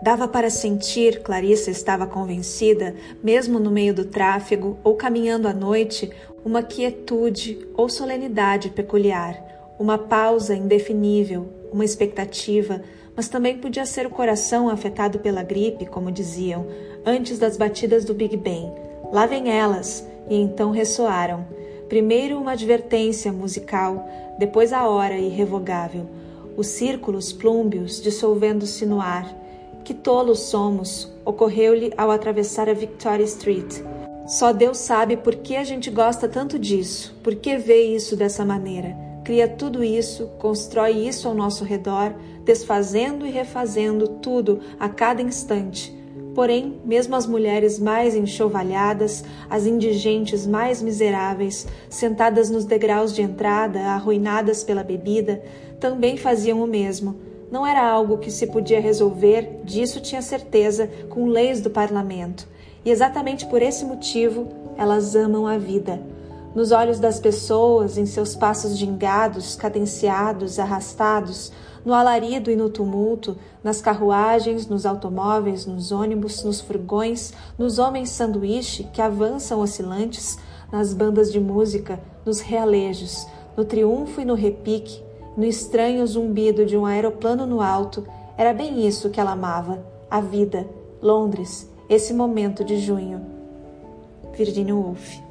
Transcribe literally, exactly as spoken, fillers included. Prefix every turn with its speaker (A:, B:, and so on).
A: Dava para sentir, Clarissa estava convencida, mesmo no meio do tráfego ou caminhando à noite, uma quietude ou solenidade peculiar, uma pausa indefinível, uma expectativa, mas também podia ser o coração afetado pela gripe, como diziam, antes das batidas do Big Ben. Lá vem elas, e então ressoaram. Primeiro uma advertência musical, depois a hora irrevogável. Os círculos plúmbeos dissolvendo-se no ar. Que tolos somos, ocorreu-lhe ao atravessar a Victoria Street. Só Deus sabe por que a gente gosta tanto disso, por que vê isso dessa maneira. Cria tudo isso, constrói isso ao nosso redor, desfazendo e refazendo tudo a cada instante. Porém, mesmo as mulheres mais enxovalhadas, as indigentes mais miseráveis, sentadas nos degraus de entrada, arruinadas pela bebida, também faziam o mesmo. Não era algo que se podia resolver, disso tinha certeza, com leis do parlamento. E exatamente por esse motivo, elas amam a vida. Nos olhos das pessoas, em seus passos gingados, cadenciados, arrastados, no alarido e no tumulto, nas carruagens, nos automóveis, nos ônibus, nos furgões, nos homens sanduíche que avançam oscilantes, nas bandas de música, nos realejos, no triunfo e no repique, no estranho zumbido de um aeroplano no alto, era bem isso que ela amava, a vida, Londres, esse momento de junho. Virginia Woolf.